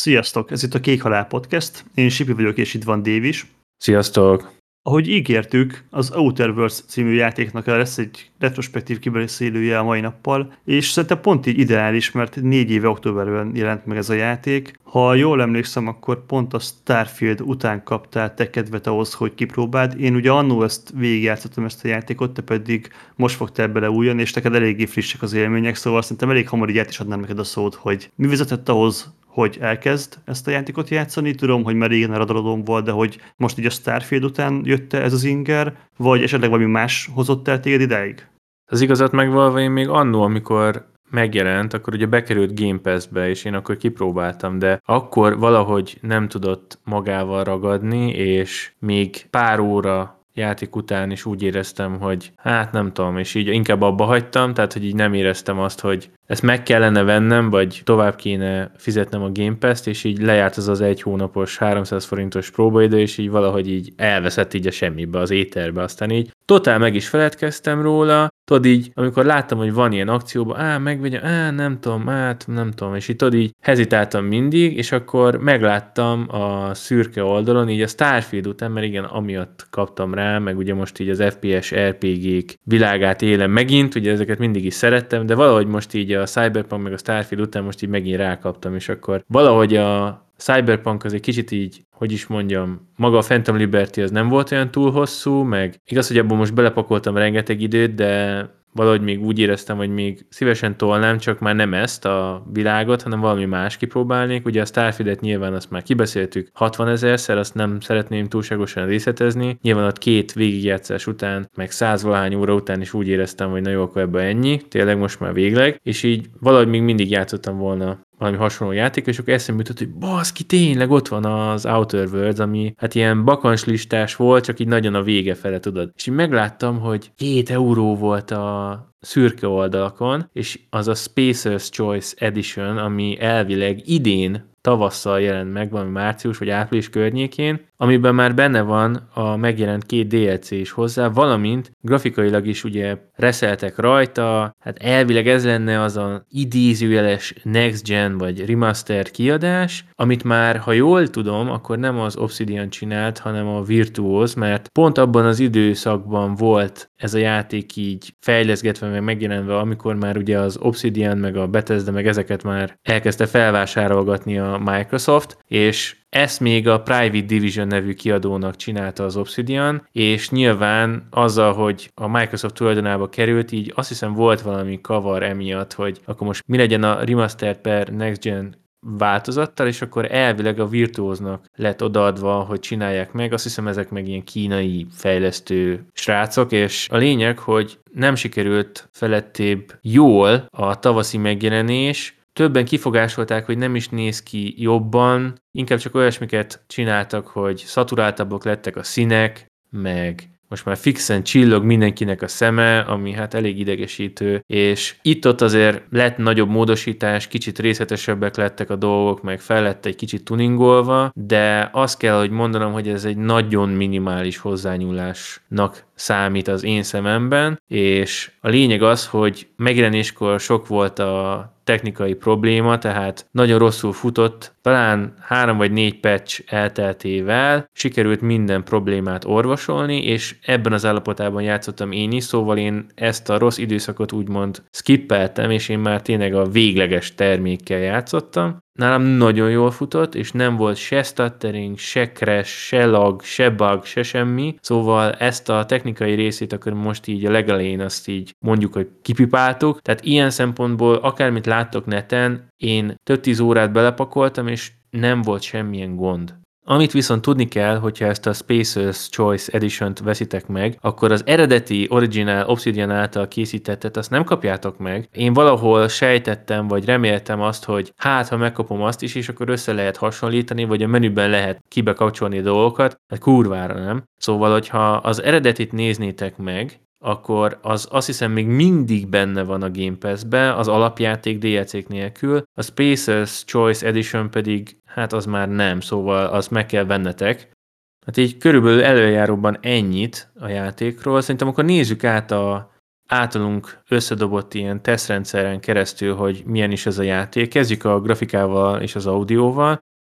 Sziasztok! Ez itt a Kék Halál Podcast. Én Sipi vagyok, és itt van Dave is. Sziasztok! Ahogy ígértük, az Outer Worlds című játéknak lesz egy retrospektív kibeszélője a mai nappal, és szerintem pont így ideális, mert 4 éve októberben jelent meg ez a játék. Ha jól emlékszem, akkor pont a Starfield után kaptál te kedvet ahhoz, hogy kipróbáld. Én ugye annó ezt végigjátszottam ezt a játékot, te pedig most fogtál bele újon, és neked eléggé frissek az élmények, szóval szerintem elég hamar így át is adnám neked a szót, hogy mi vezetett ahhoz, hogy elkezd ezt a játékot játszani. Tudom, hogy már régen a radarodon volt, de hogy most így a Starfield után jött ez az inger, vagy esetleg valami más hozott el téged idáig? Az igazat megvalva én még annó, amikor megjelent, akkor ugye bekerült Game Pass-be, és én akkor kipróbáltam, de akkor valahogy nem tudott magával ragadni, és még pár óra játék után is úgy éreztem, hogy hát nem tudom, és így inkább abba hagytam, tehát hogy így nem éreztem azt, hogy ezt meg kellene vennem, vagy tovább kéne fizetnem a Game Pass-t, és így lejárt az 1 hónapos 300 forintos próbaidő, és így valahogy így elveszett így a semmibe, az éterbe, aztán így totál meg is feledkeztem róla, tudod így, amikor láttam, hogy van ilyen akcióban, megvegyem, nem tudom, és így tudod így hezitáltam mindig, és akkor megláttam a szürke oldalon, így a Starfield után, mert igen, amiatt kaptam rá, meg ugye most így az FPS RPG-k világát élem megint, ugye ezeket mindig is szerettem, de valahogy most így a Cyberpunk meg a Starfield után most így megint rákaptam, és akkor valahogy a Cyberpunk az egy kicsit így, hogy is mondjam, maga a Phantom Liberty az nem volt olyan túl hosszú, meg igaz, hogy abban most belepakoltam rengeteg időt, de valahogy még úgy éreztem, hogy még szívesen tolnám, csak már nem ezt a világot, hanem valami más kipróbálnék. Ugye a Starfieldet nyilván azt már kibeszéltük 60 000-szer, azt nem szeretném túlságosan részletezni. Nyilván ott 2 végigjátszás után, meg 100 valahány óra után is úgy éreztem, hogy na jó, akkor ebben ennyi, tényleg most már végleg, és így valahogy még mindig játszottam volna valami hasonló játék, és akkor eszembe jutott, hogy baszki, tényleg ott van az Outer Worlds, ami hát ilyen bakancslistás volt, csak így nagyon a vége fele, tudod. És így megláttam, hogy 2 euró volt a szürke oldalakon, és az a Spacer's Choice Edition, ami elvileg idén tavasszal jelent meg, valami március vagy április környékén, amiben már benne van a megjelent 2 DLC is hozzá, valamint grafikailag is ugye reszeltek rajta, hát elvileg ez lenne az a idézőjeles Next Gen vagy Remastered kiadás, amit már, ha jól tudom, akkor nem az Obsidian csinált, hanem a Virtuos, mert pont abban az időszakban volt ez a játék így fejleszgetve, meg megjelenve, amikor már ugye az Obsidian, meg a Bethesda, meg ezeket már elkezdte felvásárolgatni a Microsoft, és ezt még a Private Division nevű kiadónak csinálta az Obsidian, és nyilván azzal, hogy a Microsoft tulajdonába került, így azt hiszem volt valami kavar emiatt, hogy akkor most mi legyen a Remastered per Next Gen változattal, és akkor elvileg a Virtuosnak lett odaadva, hogy csinálják meg. Azt hiszem, ezek meg ilyen kínai fejlesztő srácok, és a lényeg, hogy nem sikerült felettébb jól a tavaszi megjelenés. Többen kifogásolták, hogy nem is néz ki jobban, inkább csak olyasmiket csináltak, hogy szaturáltabbak lettek a színek, meg most már fixen csillog mindenkinek a szeme, ami hát elég idegesítő, és itt-ott azért lett nagyobb módosítás, kicsit részletesebbek lettek a dolgok, meg fel lett egy kicsit tuningolva, de azt kell, hogy mondanom, hogy ez egy nagyon minimális hozzányúlásnak számít az én szememben, és a lényeg az, hogy megjelenéskor sok volt a technikai probléma, tehát nagyon rosszul futott, talán 3 vagy 4 patch elteltével sikerült minden problémát orvosolni, és ebben az állapotában játszottam én is, szóval én ezt a rossz időszakot úgymond skippeltem, és én már tényleg a végleges termékkel játszottam. Nálam nagyon jól futott, és nem volt se stuttering, se crash, se lag, se bug, se semmi, szóval ezt a technikai részét akkor most így a legelején azt így mondjuk, hogy kipipáltuk, tehát ilyen szempontból akármit láttok neten, én több 10 órát belepakoltam, és nem volt semmilyen gond. Amit viszont tudni kell, hogyha ezt a Spacer's Choice Edition-t veszitek meg, akkor az eredeti original Obsidian által készítettet azt nem kapjátok meg. Én valahol sejtettem, vagy reméltem azt, hogy hát, ha megkapom azt is, és akkor össze lehet hasonlítani, vagy a menüben lehet kibekapcsolni dolgokat, hát kurvára nem. Szóval, hogyha az eredetit néznétek meg, akkor az azt hiszem még mindig benne van a Game Pass-be, az alapjáték DLC-k nélkül, a Spacer's Choice Edition pedig, hát az már nem, szóval azt meg kell vennetek. Hát így körülbelül előjáróban ennyit a játékról, szerintem akkor nézzük át a általunk összedobott ilyen tesztrendszeren keresztül, hogy milyen is ez a játék. Kezdjük a grafikával és az audióval.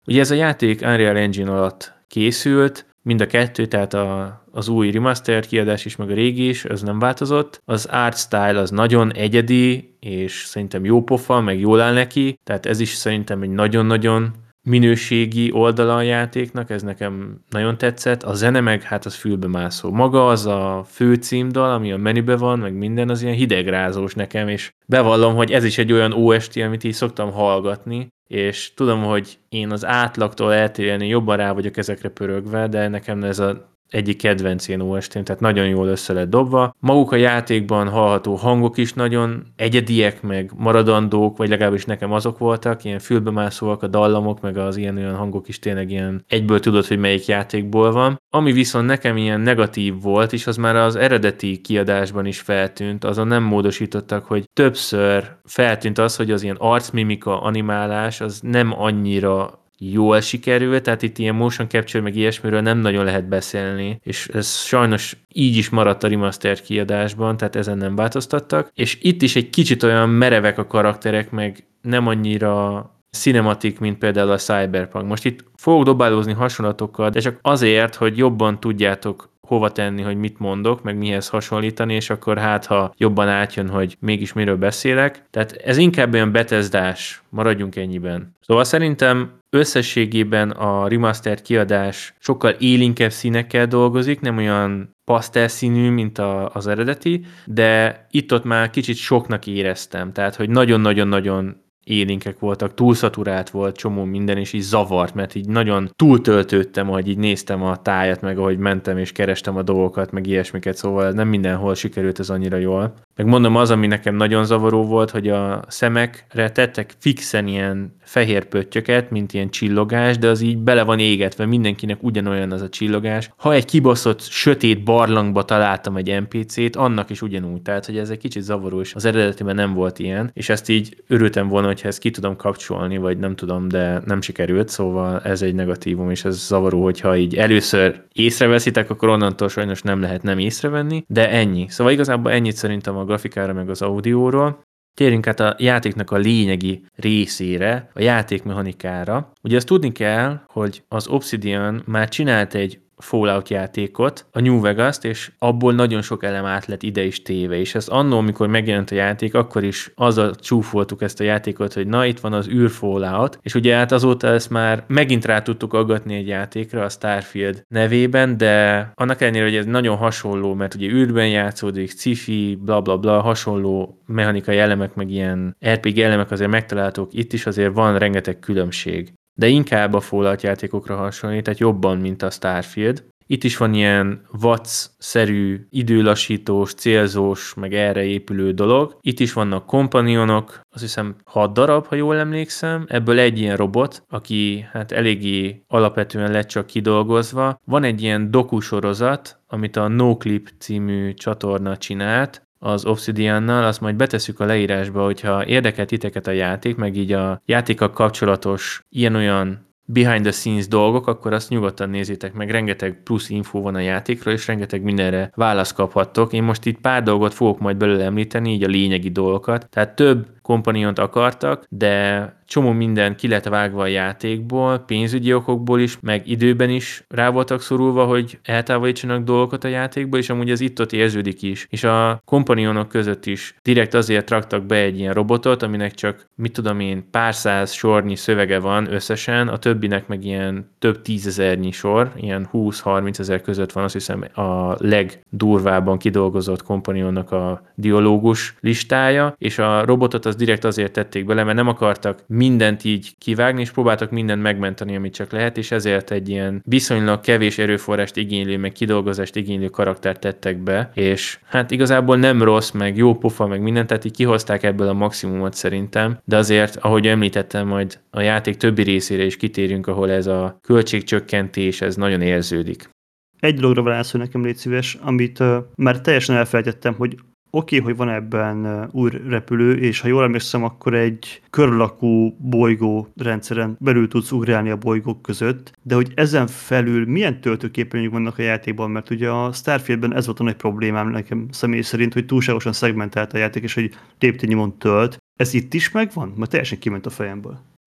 Ugye ez a játék Unreal Engine alatt készült, mind a kettő, tehát az új remastered kiadás is, meg a régi is, ez nem változott. Az art style az nagyon egyedi, és szerintem jó pofa, meg jól áll neki, tehát ez is szerintem egy nagyon-nagyon minőségi oldala a játéknak, ez nekem nagyon tetszett. A zene meg, hát az fülbemászó. Maga az a fő címdal, ami a menüben van, meg minden, az ilyen hidegrázós nekem, és bevallom, hogy ez is egy olyan OST, amit így szoktam hallgatni, és tudom, hogy én az átlagtól eltérően jobban rá vagyok ezekre pörögve, de nekem ez a egyik kedvenc ilyen OST-m, tehát nagyon jól össze lett dobva. Maguk a játékban hallható hangok is nagyon egyediek, meg maradandók, vagy legalábbis nekem azok voltak, ilyen fülbemászóak a dallamok, meg az ilyen-olyan hangok is tényleg ilyen egyből tudod, hogy melyik játékból van. Ami viszont nekem ilyen negatív volt, és az már az eredeti kiadásban is feltűnt, azon nem módosítottak, hogy többször feltűnt az, hogy az ilyen arcmimika animálás az nem annyira jól sikerült, tehát itt ilyen motion capture meg ilyesmiről nem nagyon lehet beszélni, és ez sajnos így is maradt a remaster kiadásban, tehát ezen nem változtattak, és itt is egy kicsit olyan merevek a karakterek, meg nem annyira cinematik, mint például a Cyberpunk. Most itt fogok dobálózni hasonlatokkal, de csak azért, hogy jobban tudjátok hova tenni, hogy mit mondok, meg mihez hasonlítani, és akkor hát, ha jobban átjön, hogy mégis miről beszélek. Tehát ez inkább olyan Bethesdás, maradjunk ennyiben. Szóval szerintem összességében a remaster kiadás sokkal élénkebb színekkel dolgozik, nem olyan pasztelszínű, mint az eredeti, de itt-ott már kicsit soknak éreztem, tehát hogy nagyon-nagyon-nagyon élénkek voltak, túlszaturált volt csomó minden, és így zavart, mert így nagyon túltöltődtem, ahogy így néztem a tájat, meg ahogy mentem és kerestem a dolgokat, meg ilyesmiket, szóval nem mindenhol sikerült ez annyira jól. Meg mondom, az, ami nekem nagyon zavaró volt, hogy a szemekre tettek fixen ilyen fehér pöttyöket, mint ilyen csillogás, de az így bele van égetve, mindenkinek ugyanolyan az a csillogás. Ha egy kibaszott sötét barlangba találtam egy NPC-t, annak is ugyanúgy, tehát hogy ez egy kicsit zavaró, és az eredetiben nem volt ilyen, és ezt így örültem volna, hogyha ezt ki tudom kapcsolni, vagy nem tudom, de nem sikerült, szóval ez egy negatívum, és ez zavaró, hogyha így először észreveszitek, akkor onnantól sajnos nem lehet nem észrevenni, de ennyi. Szóval igazából ennyit szerintem a grafikára meg az audióról. Térjünk át a játéknak a lényegi részére, a játékmechanikára. Ugye azt tudni kell, hogy az Obsidian már csinált egy Fallout játékot, a New Vegas-t, és abból nagyon sok elem át lett ide is téve, és ez annól, amikor megjelent a játék, akkor is azzal csúfoltuk ezt a játékot, hogy na, itt van az űr Fallout, és ugye hát azóta ezt már megint rá tudtuk aggatni egy játékra, a Starfield nevében, de annak ellenére, hogy ez nagyon hasonló, mert ugye űrben játszódik, sci-fi, bla bla bla, hasonló mechanikai elemek, meg ilyen RPG elemek azért megtalálhatók, itt is azért van rengeteg különbség. De inkább a Fallout játékokra hasonlít, tehát jobban, mint a Starfield. Itt is van ilyen VATS-szerű, időlassítós, célzós, meg erre épülő dolog. Itt is vannak kompanionok, azt hiszem 6 darab, ha jól emlékszem. Ebből egy ilyen robot, aki hát eléggé alapvetően lett csak kidolgozva. Van egy ilyen dokusorozat, amit a NoClip című csatorna csinált, az Obsidiannal, azt majd betesszük a leírásba, hogyha érdekel titeket a játék, meg így a játékkal kapcsolatos ilyen-olyan behind the scenes dolgok, akkor azt nyugodtan nézzétek meg, rengeteg plusz infó van a játékról, és rengeteg mindenre választ kaphattok. Én most itt pár dolgot fogok majd belőle említeni, így a lényegi dolgokat. Tehát több kompaniont akartak, de csomó minden ki lett vágva a játékból, pénzügyi okokból is, meg időben is rá voltak szorulva, hogy eltávolítsanak dolgokat a játékból, és amúgy ez itt-ott érződik is. És a kompanionok között is direkt azért raktak be egy ilyen robotot, aminek csak, mit tudom én, pár száz sornyi szövege van összesen, a többinek meg ilyen több tízezernyi sor, ilyen 20-30 ezer között van, azt hiszem a legdurvábban kidolgozott kompanionnak a dialógus listája, és a robotot az direkt azért tették bele, mert nem akartak mindent így kivágni, és próbáltak mindent megmenteni, amit csak lehet, és ezért egy ilyen viszonylag kevés erőforrást igénylő, meg kidolgozást igénylő karaktert tettek be, és hát igazából nem rossz, meg jó pofa, meg mindent, tehát így kihozták ebből a maximumot szerintem, de azért, ahogy említettem, majd a játék többi részére is kitérünk, ahol ez a költségcsökkentés, ez nagyon érződik. Egy dologra válaszolj nekem, légy szíves, amit már teljesen elfelejtettem, hogy oké, hogy van ebben űrrepülő, és ha jól emlékszem, akkor egy körlakó bolygó rendszeren belül tudsz ugrálni a bolygók között, de hogy ezen felül milyen töltőképernyők vannak a játékban, mert ugye a Starfieldben ez volt a nagy problémám nekem személy szerint, hogy túlságosan szegmentált a játék, és hogy téptényimon tölt. Ez itt is megvan? Mert teljesen kiment a fejemből.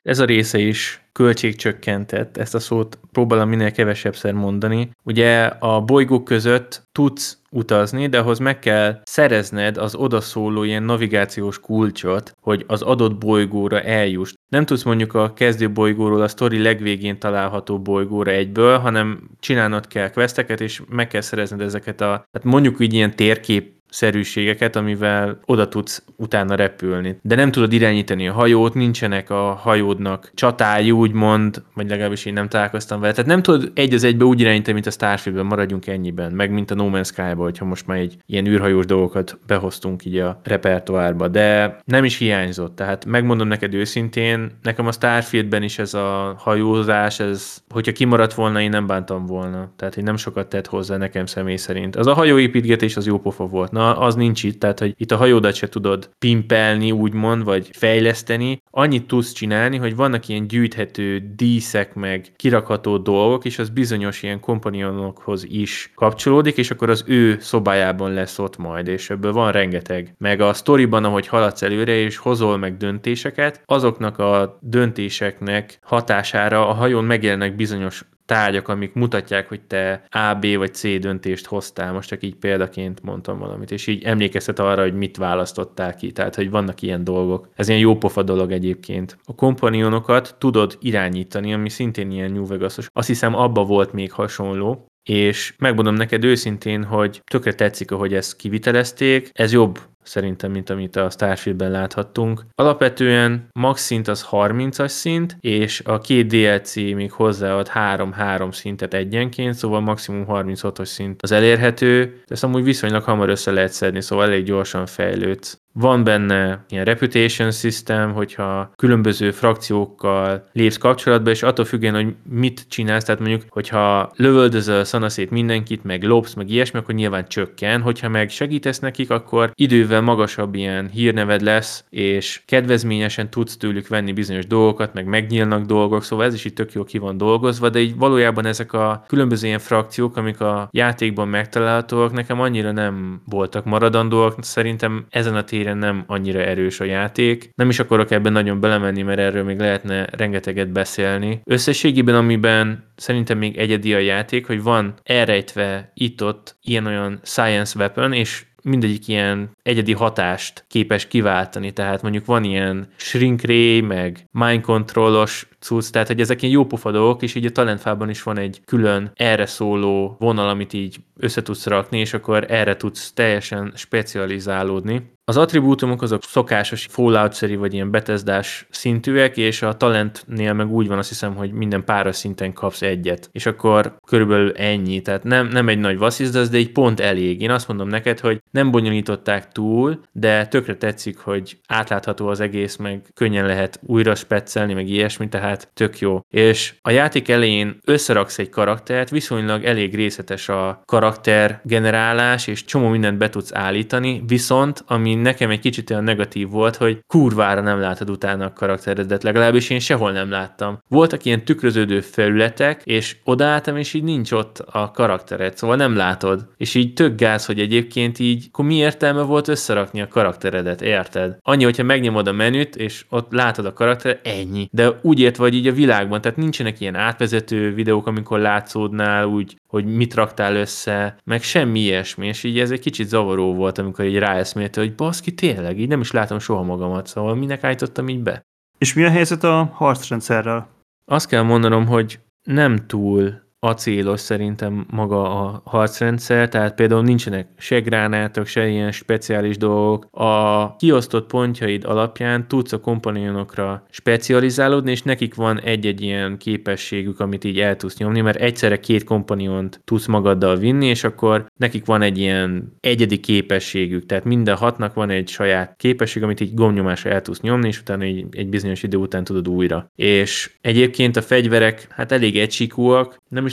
Ez a része is költségcsökkentett, ezt a szót próbálom minél kevesebbszer mondani. Ugye a bolygók között tudsz utazni, de ahhoz meg kell szerezned az odaszóló ilyen navigációs kulcsot, hogy az adott bolygóra eljuss. Nem tudsz mondjuk a kezdő bolygóról a sztori legvégén található bolygóra egyből, hanem csinálnod kell questeket, és meg kell szerezned ezeket tehát mondjuk így ilyen térkép szerűségeket, amivel oda tudsz utána repülni. De nem tudod irányítani a hajót, nincsenek a hajódnak csatái, úgymond, vagy legalábbis én nem találkoztam vele. Tehát nem tudod egy az egybe úgy irányítani, mint a Starfieldben, maradjunk ennyiben, meg mint a No Man's Sky-ba, hogyha most már egy ilyen űrhajós dolgokat behoztunk így a repertoárba, de nem is hiányzott. Tehát megmondom neked őszintén, nekem a Starfieldben is ez a hajózás, hogyha kimaradt volna, én nem bántam volna. Tehát, hogy nem sokat tett hozzá nekem személy szerint. Az a hajóépítgetés az jó pofa volt. Na, az nincs itt, tehát, hogy itt a hajódat se tudod pimpelni, úgymond, vagy fejleszteni. Annyit tudsz csinálni, hogy vannak ilyen gyűjthető díszek, meg kirakható dolgok, és az bizonyos ilyen kompanionokhoz is kapcsolódik, és akkor az ő szobájában lesz ott majd, és ebből van rengeteg. Meg a sztoriban, ahogy haladsz előre, és hozol meg döntéseket, azoknak a döntéseknek hatására a hajón megjelennek bizonyos tárgyak, amik mutatják, hogy te A, B vagy C döntést hoztál. Most csak így példaként mondtam valamit, és így emlékeztet arra, hogy mit választottál ki. Tehát, hogy vannak ilyen dolgok. Ez ilyen jópofa dolog egyébként. A kompanionokat tudod irányítani, ami szintén ilyen New Vegas-os. Azt hiszem, abba volt még hasonló, és megmondom neked őszintén, hogy tökre tetszik, ahogy ezt kivitelezték. Ez jobb szerintem, mint amit a Starfieldben láthattunk. Alapvetően max szint az 30-as szint, és a 2 DLC még hozzáad 3 szintet egyenként, szóval maximum 36-os szint az elérhető, de ezt amúgy viszonylag hamar össze lehet szedni, szóval elég gyorsan fejlődsz. Van benne ilyen reputation system, hogyha különböző frakciókkal lépsz kapcsolatba, és attól függően, hogy mit csinálsz, tehát mondjuk, hogyha lövöldözöl szanaszét mindenkit, meg lopsz, meg ilyesmi, akkor nyilván csökken, hogyha meg segítesz nekik, akkor idővel magasabb ilyen hírneved lesz, és kedvezményesen tudsz tőlük venni bizonyos dolgokat, meg megnyílnak dolgok, szóval ez is itt tök jó ki van dolgozva, de így valójában ezek a különböző ilyen frakciók, amik a játékban megtalálhatóak, nekem annyira nem voltak maradandóak, szerintem ezen a téren nem annyira erős a játék. Nem is akarok ebben nagyon belemenni, mert erről még lehetne rengeteget beszélni. Összességében, amiben szerintem még egyedi a játék, hogy van elrejtve itt-ott ilyen-olyan science weapon, és mindegyik ilyen egyedi hatást képes kiváltani, tehát mondjuk van ilyen shrink ray, meg mind control-os cucc, tehát hogy ezek ilyen jópofa dolgok, és így a talentfában is van egy külön erre szóló vonal, amit így össze tudsz rakni, és akkor erre tudsz teljesen specializálódni. Az attribútumok azok szokásos Fallout-szeri vagy ilyen Bethesda-s szintűek, és a talentnél meg úgy van, azt hiszem, hogy minden páros szinten kapsz egyet. És akkor körülbelül ennyi, tehát nem egy nagy vasszizdasz, de így pont elég. Én azt mondom neked, hogy nem bonyolították túl, de tökre tetszik, hogy átlátható az egész, meg könnyen lehet újra speccelni, meg ilyesmi, tehát tök jó. És a játék elején összeraksz egy karaktert, viszonylag elég részletes a karakter generálás, és csomó mindent be tudsz állítani, viszont ami nekem egy kicsit olyan negatív volt, hogy kurvára nem látod utána a karakteredet, legalábbis én sehol nem láttam. Voltak ilyen tükröződő felületek, és odaálltam, és így nincs ott a karaktered, szóval nem látod. És így tök gáz, hogy egyébként így, akkor mi értelme volt összerakni a karakteredet, érted? Annyi, hogyha megnyomod a menüt, és ott látod a karaktered, ennyi. De úgy értve, vagy így a világban, tehát nincsenek ilyen átvezető videók, amikor látszódnál úgy, hogy mit raktál össze, meg semmi ilyesmi, és így ez egy kicsit zavaró volt, amikor így ráeszmélte, hogy baszki, tényleg, így nem is látom soha magamat, szóval minek állítottam így be. És mi a helyzet a harcrendszerrel? Azt kell mondanom, hogy nem túl acélos szerintem maga a harcrendszer, tehát például nincsenek se gránátok, se ilyen speciális dolgok. A kiosztott pontjaid alapján tudsz a kompanionokra specializálódni, és nekik van egy-egy ilyen képességük, amit így el tudsz nyomni, mert egyszerre 2 kompaniont tudsz magaddal vinni, és akkor nekik van egy ilyen egyedi képességük, tehát minden 6-nak van egy saját képesség, amit így gombnyomásra el tudsz nyomni, és utána egy bizonyos idő után tudod újra. És egyébként a fegyverek hát elég egysíkúak, nem is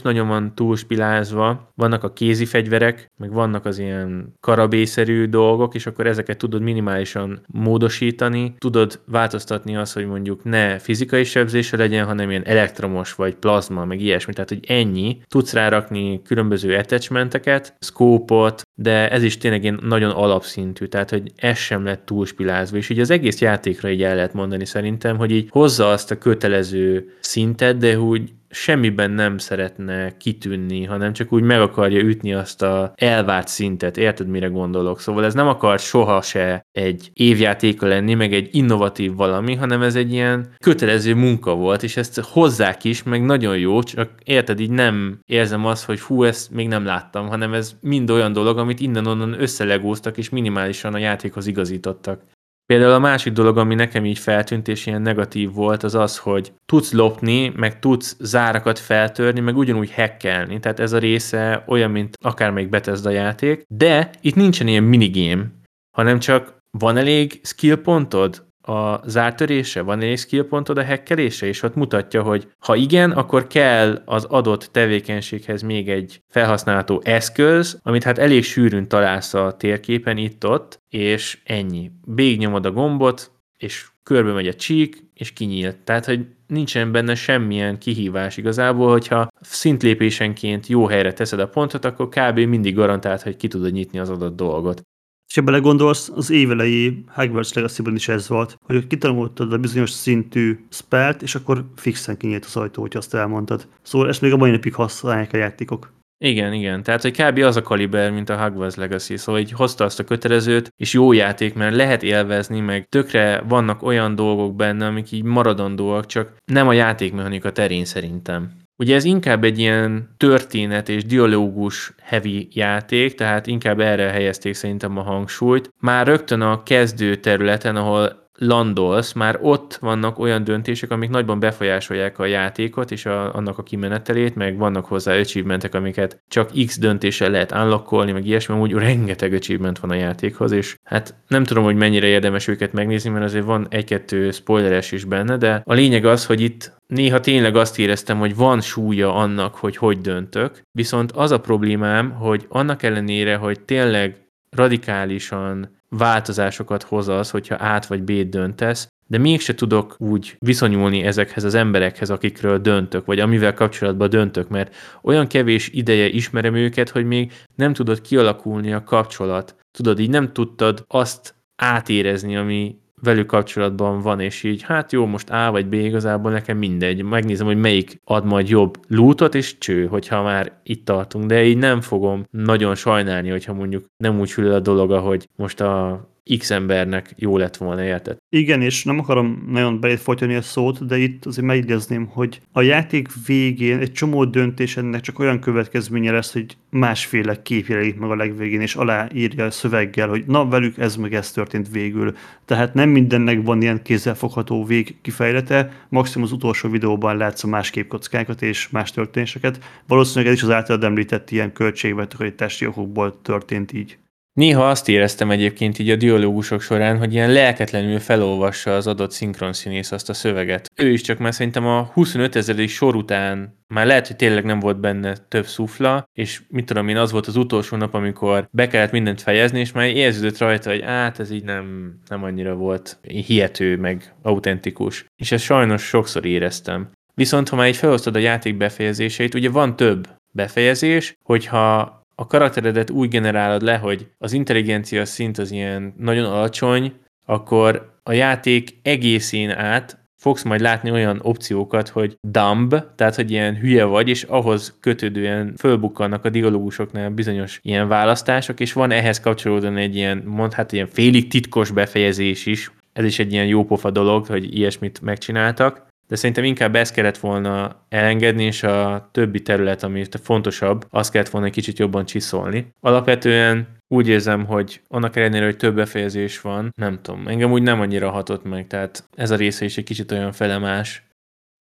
is nagyon van túlspilázva, vannak a kézi fegyverek, meg vannak az ilyen karabélyszerű dolgok, és akkor ezeket tudod minimálisan módosítani, tudod változtatni azt, hogy mondjuk ne fizikai sebzése legyen, hanem ilyen elektromos vagy plazma, meg ilyesmi, tehát hogy ennyi. Tudsz rárakni különböző attachmenteket, szkópot, de ez is tényleg ilyen nagyon alapszintű, tehát hogy ez sem lett túlspilázva, és így az egész játékra így el lehet mondani szerintem, hogy így hozza azt a kötelező szintet, de úgy semmiben nem szeretne kitűnni, hanem csak úgy meg akarja ütni azt a elvárt szintet, érted, mire gondolok? Szóval ez nem akar soha se egy évjátéka lenni, meg egy innovatív valami, hanem ez egy ilyen kötelező munka volt, és ezt hozzák is, meg nagyon jó, csak érted, így nem érzem azt, hogy hú, ezt még nem láttam, hanem ez mind olyan dolog, amit innen-onnan összelegóztak, és minimálisan a játékhoz igazítottak. Például a másik dolog, ami nekem így feltűnt, és ilyen negatív volt, az az, hogy tudsz lopni, meg tudsz zárakat feltörni, meg ugyanúgy hackelni. Tehát ez a része olyan, mint akármelyik Bethesda játék, de itt nincsen ilyen minigame, hanem csak van elég skill pontod a zártörése, van elég skill pontod a hackelése, és ott mutatja, hogy ha igen, akkor kell az adott tevékenységhez még egy felhasználható eszköz, amit hát elég sűrűn találsz a térképen itt-ott, és ennyi. Végignyomod a gombot, és körbe megy a csík, és kinyílt. Tehát, hogy nincsen benne semmilyen kihívás igazából, hogyha szintlépésenként jó helyre teszed a pontot, akkor kb. Mindig garantált, hogy ki tudod nyitni az adott dolgot. És ha belegondolsz, az évelei Hogwarts Legacy-ban is ez volt, hogy kitanultad a bizonyos szintű spellt, és akkor fixen kinyílt az ajtó, hogy azt elmondtad. Szóval ezt még a mai napig használják a játékok. Igen. Tehát, hogy kb. Az a kaliber, mint a Hogwarts Legacy. Szóval így hozta azt a kötelezőt, és jó játék, mert lehet élvezni, meg tökre vannak olyan dolgok benne, amik így maradandóak, csak nem a játékmechanika terén szerintem. Ugye ez inkább egy ilyen történet és dialógus heavy játék, tehát inkább erre helyezték szerintem a hangsúlyt. Már rögtön a kezdő területen, ahol landolsz, már ott vannak olyan döntések, amik nagyban befolyásolják a játékot és annak a kimenetelét, meg vannak hozzá achievementek, amiket csak X döntéssel lehet unlockolni, meg ilyesmi, úgy rengeteg achievement van a játékhoz, és hát nem tudom, hogy mennyire érdemes őket megnézni, mert azért van egy-kettő spoileres is benne, de a lényeg az, hogy itt néha tényleg azt éreztem, hogy van súlya annak, hogy döntök, viszont az a problémám, hogy annak ellenére, hogy tényleg radikálisan változásokat hoz az, hogyha át vagy B-t döntesz, de mégse tudok úgy viszonyulni ezekhez az emberekhez, akikről döntök, vagy amivel kapcsolatban döntök, mert olyan kevés ideje ismerem őket, hogy még nem tudod kialakulni a kapcsolat. Tudod, így nem tudtad azt átérezni, ami velük kapcsolatban van, és így, hát jó, most A vagy B, igazából nekem mindegy. Megnézem, hogy melyik ad majd jobb lootot, és cső, hogyha már itt tartunk. De így nem fogom nagyon sajnálni, hogyha mondjuk nem úgy sül a dolog, ahogy most a X embernek jó lett volna, érted? Igen, és nem akarom nagyon belétfolytani a szót, de itt azért megjegyezném, hogy a játék végén egy csomó döntés ennek csak olyan következménye lesz, hogy másféle kép jelenik meg a legvégén, és aláírja a szöveggel, hogy na, velük ez meg ez történt végül. Tehát nem mindennek van ilyen kézzelfogható végkifejlete, maximum az utolsó videóban látsz a más képkockákat és más történéseket. Valószínűleg ez is az általad említett ilyen költségmegtakarítási okokból történt így. Néha azt éreztem egyébként így a dialógusok során, hogy ilyen lelketlenül felolvassa az adott szinkronszínész azt a szöveget. Ő is csak már szerintem a 25 000. sor után már lehet, hogy tényleg nem volt benne több szufla, és mit tudom én, az volt az utolsó nap, amikor be kellett mindent fejezni, és már érződött rajta, hogy ez így nem annyira volt hihető, meg autentikus. És ezt sajnos sokszor éreztem. Viszont ha már így felosztod a játék befejezéseit, ugye van több befejezés, hogyha a karakteredet úgy generálod le, hogy az intelligencia szint az ilyen nagyon alacsony, akkor a játék egészén át fogsz majd látni olyan opciókat, hogy dumb, tehát hogy ilyen hülye vagy, és ahhoz kötődően fölbukkannak a dialógusoknál bizonyos ilyen választások, és van ehhez kapcsolódóan egy ilyen, mondhat ilyen félig titkos befejezés is. Ez is egy ilyen jópofa dolog, hogy ilyesmit megcsináltak. De szerintem inkább ezt kellett volna elengedni, és a többi terület, ami fontosabb, azt kellett volna egy kicsit jobban csiszolni. Alapvetően úgy érzem, hogy annak ellenére, hogy több befejezés van, nem tudom, engem úgy nem annyira hatott meg, tehát ez a része is egy kicsit olyan felemás.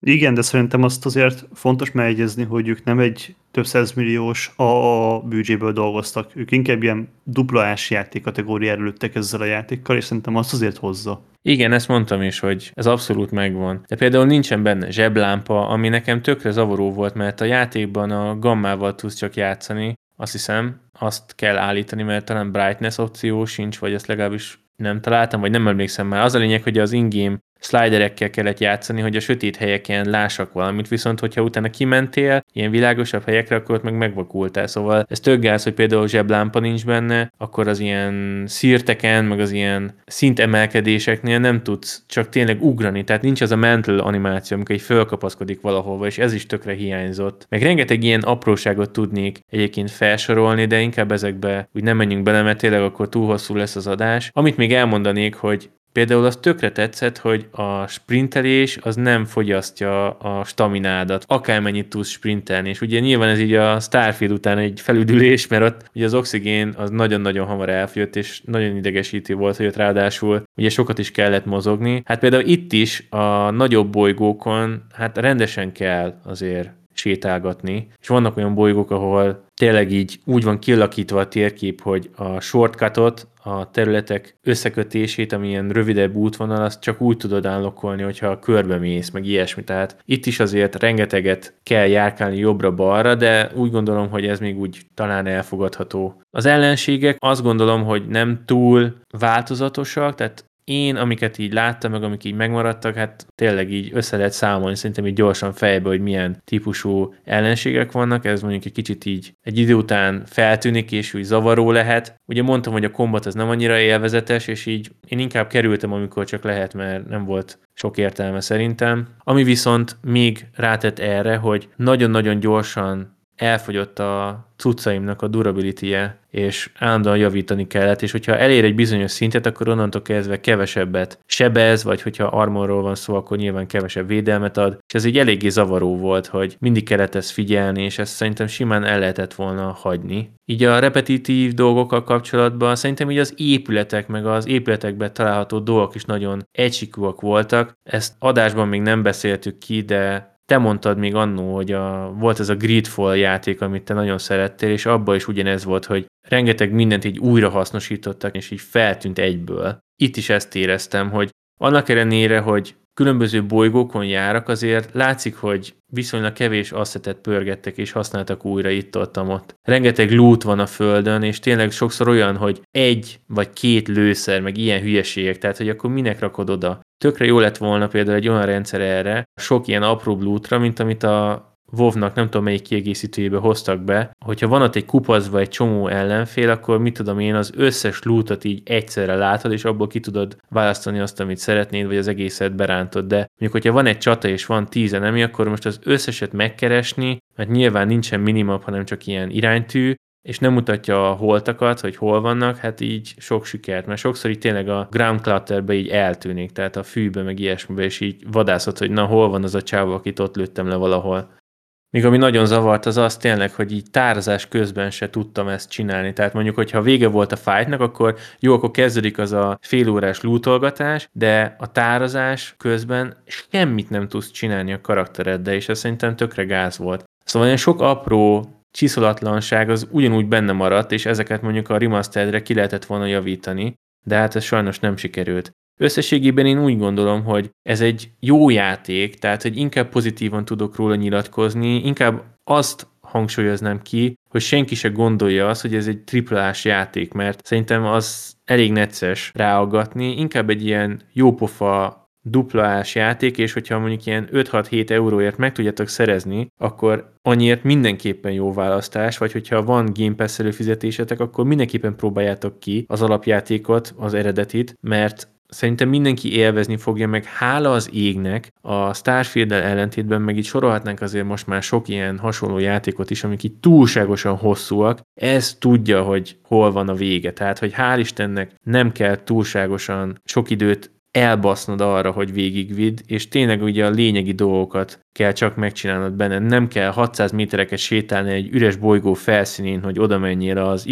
Igen, de szerintem azt azért fontos megjegyezni, hogy ők nem egy több százmilliós AAA büdzséből dolgoztak. Ők inkább ilyen duplás játék kategóriára lőttek ezzel a játékkal, és szerintem azt azért hozza. Igen, ezt mondtam is, hogy ez abszolút megvan. De például nincsen benne zseblámpa, ami nekem tökre zavaró volt, mert a játékban a gammával tudsz csak játszani, azt hiszem, azt kell állítani, mert talán brightness opció sincs, vagy ezt legalábbis nem találtam, vagy nem emlékszem már. Az a lényeg, hogy az in-game sliderekkel kellett játszani, hogy a sötét helyeken lássak valamit, viszont hogyha utána kimentél ilyen világosabb helyekre, akkor ott meg megvakultál. Szóval ez tök gáz, hogy például zseblámpa nincs benne, akkor az ilyen szirteken, meg az ilyen szintemelkedéseknél nem tudsz csak tényleg ugrani, tehát nincs az a mental animáció, amikor egy fölkapaszkodik valahova, és ez is tökre hiányzott. Meg rengeteg ilyen apróságot tudnék egyébként felsorolni, de inkább ezekbe úgy nem menjünk bele, mert tényleg akkor túl hosszú lesz az adás. Amit még elmondanék, hogy például az tökre tetszett, hogy a sprintelés az nem fogyasztja a staminádat, akármennyit tudsz sprintelni, és ugye nyilván ez így a Starfield után egy felüdülés, mert ott ugye az oxigén az nagyon-nagyon hamar elfogyott, és nagyon idegesítő volt, hogy ott ráadásul ugye sokat is kellett mozogni. Hát például itt is a nagyobb bolygókon hát rendesen kell azért sétálgatni, és vannak olyan bolygók, ahol tényleg így úgy van kialakítva a térkép, hogy a shortcutot, a területek összekötését, ami ilyen rövidebb útvonal, azt csak úgy tudod unlockolni, hogyha körbe mész, meg ilyesmi. Tehát itt is azért rengeteget kell járkálni jobbra-balra, de úgy gondolom, hogy ez még úgy talán elfogadható. Az ellenségek azt gondolom, hogy nem túl változatosak, tehát én, amiket így láttam, meg amik így megmaradtak, hát tényleg így össze lehet számolni, szerintem így gyorsan fejbe, hogy milyen típusú ellenségek vannak, ez mondjuk egy kicsit így egy idő után feltűnik, és úgy zavaró lehet. Ugye mondtam, hogy a kombat az nem annyira élvezetes, és így én inkább kerültem, amikor csak lehet, mert nem volt sok értelme szerintem. Ami viszont még rátett erre, hogy nagyon-nagyon gyorsan elfogyott a cuccaimnak a durability-je, és állandóan javítani kellett, és hogyha elér egy bizonyos szintet, akkor onnantól kezdve kevesebbet sebez, vagy hogyha armorról van szó, akkor nyilván kevesebb védelmet ad, és ez így eléggé zavaró volt, hogy mindig kellett ezt figyelni, és ezt szerintem simán el lehetett volna hagyni. Így a repetitív dolgokkal kapcsolatban szerintem így az épületek, meg az épületekben található dolgok is nagyon egysikúak voltak. Ezt adásban még nem beszéltük ki, de te mondtad még annó, hogy volt ez a Greedfall játék, amit te nagyon szerettél, és abban is ugyanez volt, hogy rengeteg mindent így újra hasznosítottak, és így feltűnt egyből. Itt is ezt éreztem, hogy annak ellenére, hogy különböző bolygókon járak, azért látszik, hogy viszonylag kevés asszetet pörgettek és használtak újra itt-ott. Rengeteg loot van a földön, és tényleg sokszor olyan, hogy egy vagy két lőszer, meg ilyen hülyeségek, tehát hogy akkor minek rakod oda. Tökre jó lett volna például egy olyan rendszer erre, sok ilyen apró lootra, mint amit a WoW-nak nem tudom melyik kiegészítőjébe hoztak be, hogyha van ott egy kupacba egy csomó ellenfél, akkor mit tudom én, az összes lootot így egyszerre látod, és abból ki tudod választani azt, amit szeretnéd, vagy az egészet berántod. De mondjuk, hogyha van egy csata és van 10 enemi, akkor most az összeset megkeresni, mert nyilván nincsen minimap, hanem csak ilyen iránytű, és nem mutatja a holtakat, hogy hol vannak, hát így sok sikert, mert sokszor így tényleg a ground clutterbe így eltűnik, tehát a fűbe, meg ilyesmibe, és így vadászott, hogy na hol van az a csávó, akit ott lőttem le valahol. Még ami nagyon zavart, az az tényleg, hogy így tározás közben se tudtam ezt csinálni. Tehát mondjuk, hogyha vége volt a fightnak, akkor jó, akkor kezdődik az a félórás lootolgatás, de a tározás közben semmit nem tudsz csinálni a karaktereddel, és ez szerintem tökre gáz volt. Szóval ilyen sok apró csiszolatlanság az ugyanúgy benne maradt, és ezeket mondjuk a remasteredre ki lehetett volna javítani, de hát ez sajnos nem sikerült. Összességében én úgy gondolom, hogy ez egy jó játék, tehát hogy inkább pozitívan tudok róla nyilatkozni, inkább azt hangsúlyoznám ki, hogy senki se gondolja azt, hogy ez egy triplás játék, mert szerintem az elég necces ráaggatni, inkább egy ilyen jópofa duplás játék, és hogyha mondjuk ilyen 5-6-7 euróért meg tudjátok szerezni, akkor annyiért mindenképpen jó választás, vagy hogyha van Game Pass előfizetésetek, akkor mindenképpen próbáljátok ki az alapjátékot, az eredetit, mert szerintem mindenki élvezni fogja, meg hála az égnek, a Starfield-del ellentétben meg így sorolhatnánk azért most már sok ilyen hasonló játékot is, amik így túlságosan hosszúak. Ez tudja, hogy hol van a vége. Tehát, hogy hál' Istennek nem kell túlságosan sok időt elbasznod arra, hogy végigvidd, és tényleg ugye a lényegi dolgokat kell csak megcsinálnod benne. Nem kell 600 métereket sétálni egy üres bolygó felszínén, hogy oda menjél az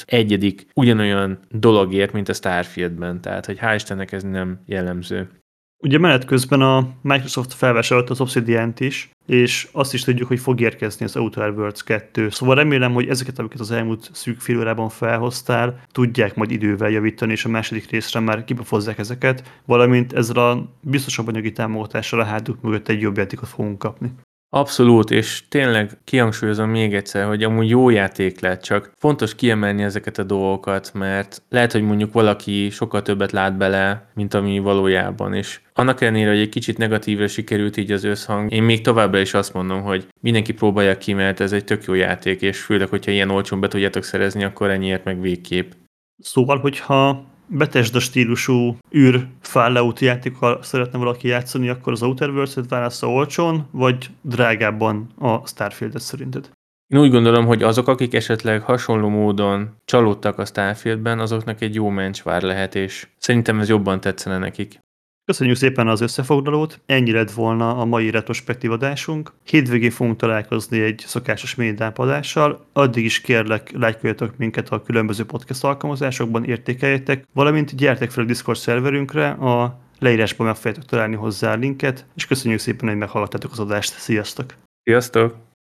X+1 ugyanolyan dologért, mint a Starfieldben. Tehát, hogy hál' Istennek ez nem jellemző. Ugye menet közben a Microsoft felvásárolta az Obsidian-t is, és azt is tudjuk, hogy fog érkezni az Outer Worlds 2. Szóval remélem, hogy ezeket, amiket az elmúlt szűk fél órában felhoztál, tudják majd idővel javítani, és a második részre már kipofozzák ezeket, valamint ezzel a biztosabb anyagi támogatással a hátuk mögött egy jobb játékot fogunk kapni. Abszolút, és tényleg kihangsúlyozom még egyszer, hogy amúgy jó játék lett, csak fontos kiemelni ezeket a dolgokat, mert lehet, hogy mondjuk valaki sokkal többet lát bele, mint ami valójában, és annak ellenére, hogy egy kicsit negatívra sikerült így az összhang, én még továbbra is azt mondom, hogy mindenki próbálja ki, mert ez egy tök jó játék, és főleg, hogyha ilyen olcsón be tudjátok szerezni, akkor ennyiért meg végképp. Szóval, hogyha Bethesda stílusú űr Fallout játékkal szeretne valaki játszani, akkor az Outer Worlds-et válassza olcsón, vagy drágábban a Starfield-et szerinted? Én úgy gondolom, hogy azok, akik esetleg hasonló módon csalódtak a Starfieldben, azoknak egy jó mencsvár lehet, és szerintem ez jobban tetszene nekik. Köszönjük szépen az összefoglalót, ennyi lett volna a mai retrospektív adásunk. Hétvégén fogunk találkozni egy szokásos médiápadással, addig is kérlek, lájkoljatok minket a különböző podcast alkalmazásokban, értékeljetek, valamint gyertek fel a Discord szerverünkre, a leírásban meg fogjátok találni hozzá a linket, és köszönjük szépen, hogy meghallgattátok az adást, sziasztok! Sziasztok!